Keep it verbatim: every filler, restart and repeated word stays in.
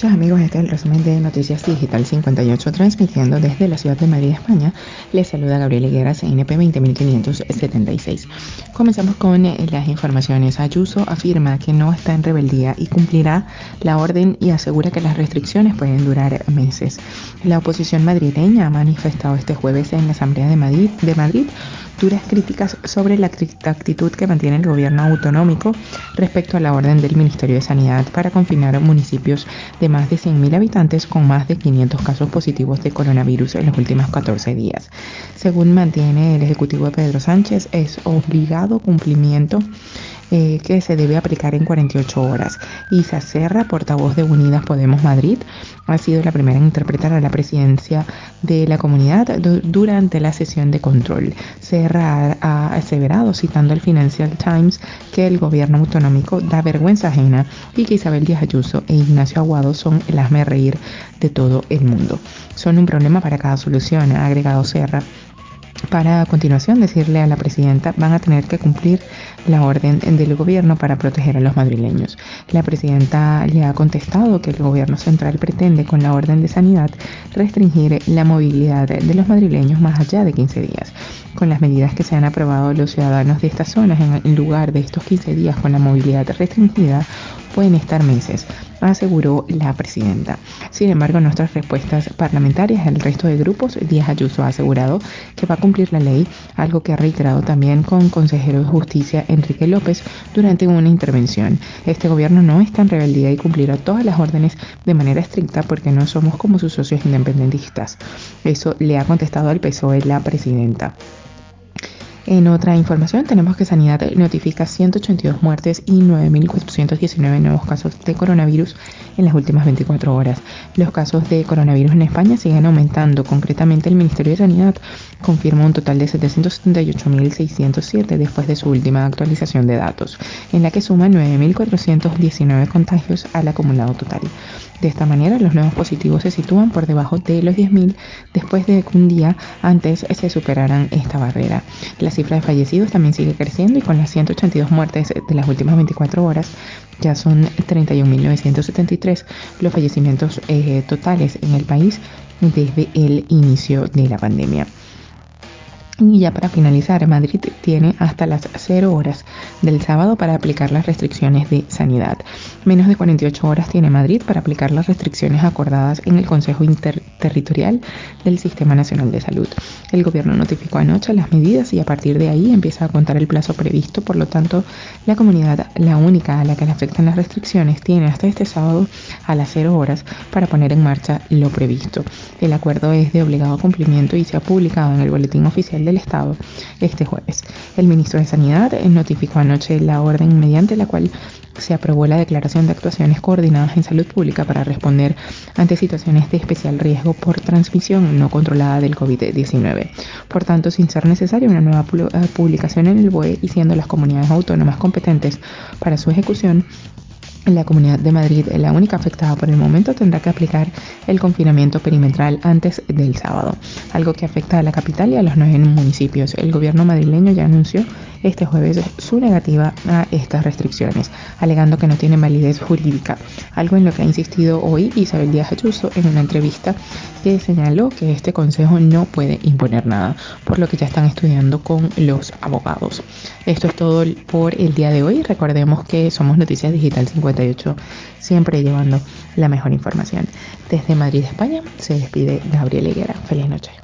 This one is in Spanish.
noches, amigos. Este es el resumen de Noticias Digital cincuenta y ocho, transmitiendo desde la ciudad de Madrid, España. Les saluda Gabriel Higuera, C N P veinte mil quinientos setenta y seis. Comenzamos con eh, las informaciones. Ayuso afirma que no está en rebeldía y cumplirá la orden y asegura que las restricciones pueden durar meses. La oposición madrileña ha manifestado este jueves en la Asamblea de Madrid, de Madrid duras críticas sobre la actitud que mantiene el gobierno autonómico respecto a la orden del Ministerio de Sanidad para confinar municipios de más de cien mil habitantes con más de quinientos casos positivos de coronavirus en los últimos catorce días. Según mantiene el Ejecutivo de Pedro Sánchez, es obligado cumplimiento eh, que se debe aplicar en cuarenta y ocho horas. Isa Serra, portavoz de Unidas Podemos Madrid, ha sido la primera en interpretar a la presidencia de la comunidad durante la sesión de control. Serra ha, ha aseverado, citando al Financial Times, que el gobierno autonómico da vergüenza ajena y que Isabel Díaz Ayuso e Ignacio Aguado son el hazmerreír de todo el mundo. Son un problema para cada solución, ha agregado Serra, para a continuación decirle a la presidenta van a tener que cumplir la orden del gobierno para proteger a los madrileños. La presidenta le ha contestado que el gobierno central pretende con la orden de sanidad restringir la movilidad de los madrileños más allá de quince días. Con las medidas que se han aprobado los ciudadanos de estas zonas en lugar de estos quince días con la movilidad restringida pueden estar meses, aseguró la presidenta. Sin embargo, en nuestras respuestas parlamentarias al resto de grupos, Díaz Ayuso ha asegurado que va a cumplir la ley, algo que ha reiterado también con consejero de Justicia Enrique López durante una intervención. Este gobierno no está en rebeldía y cumplirá todas las órdenes de manera estricta porque no somos como sus socios independentistas. Eso le ha contestado al P S O E la presidenta. En otra información, tenemos que Sanidad notifica ciento ochenta y dos muertes y nueve mil cuatrocientos diecinueve nuevos casos de coronavirus en las últimas veinticuatro horas. Los casos de coronavirus en España siguen aumentando. Concretamente, el Ministerio de Sanidad confirmó un total de setecientos setenta y ocho mil seiscientos siete después de su última actualización de datos, en la que suma nueve mil cuatrocientos diecinueve contagios al acumulado total. De esta manera, los nuevos positivos se sitúan por debajo de los diez mil después de que un día antes se superaran esta barrera. La cifra de fallecidos también sigue creciendo y con las ciento ochenta y dos muertes de las últimas veinticuatro horas ya son treinta y un mil novecientos setenta y tres los fallecimientos eh, totales en el país desde el inicio de la pandemia. Y ya para finalizar, Madrid tiene hasta las cero horas del sábado para aplicar las restricciones de sanidad. Menos de cuarenta y ocho horas tiene Madrid para aplicar las restricciones acordadas en el Consejo Interterritorial del Sistema Nacional de Salud. El gobierno notificó anoche las medidas y a partir de ahí empieza a contar el plazo previsto. Por lo tanto, la comunidad, la única a la que le afectan las restricciones, tiene hasta este sábado a las cero horas para poner en marcha lo previsto. El acuerdo es de obligado cumplimiento y se ha publicado en el Boletín Oficial del Estado este jueves. El ministro de Sanidad notificó anoche la orden mediante la cual se aprobó la declaración de actuaciones coordinadas en salud pública para responder ante situaciones de especial riesgo por transmisión no controlada del COVID diecinueve. Por tanto, sin ser necesaria una nueva publicación en el B O E y siendo las comunidades autónomas competentes para su ejecución, la Comunidad de Madrid, la única afectada por el momento, tendrá que aplicar el confinamiento perimetral antes del sábado, algo que afecta a la capital y a los nueve municipios. El gobierno madrileño ya anunció este jueves su negativa a estas restricciones, alegando que no tienen validez jurídica, algo en lo que ha insistido hoy Isabel Díaz Ayuso en una entrevista que señaló que este consejo no puede imponer nada, por lo que ya están estudiando con los abogados. Esto es todo por el día de hoy. Recordemos que somos Noticias Digital cincuenta y ocho, siempre llevando la mejor información. Desde Madrid, España, se despide Gabriel Higuera. Feliz noche.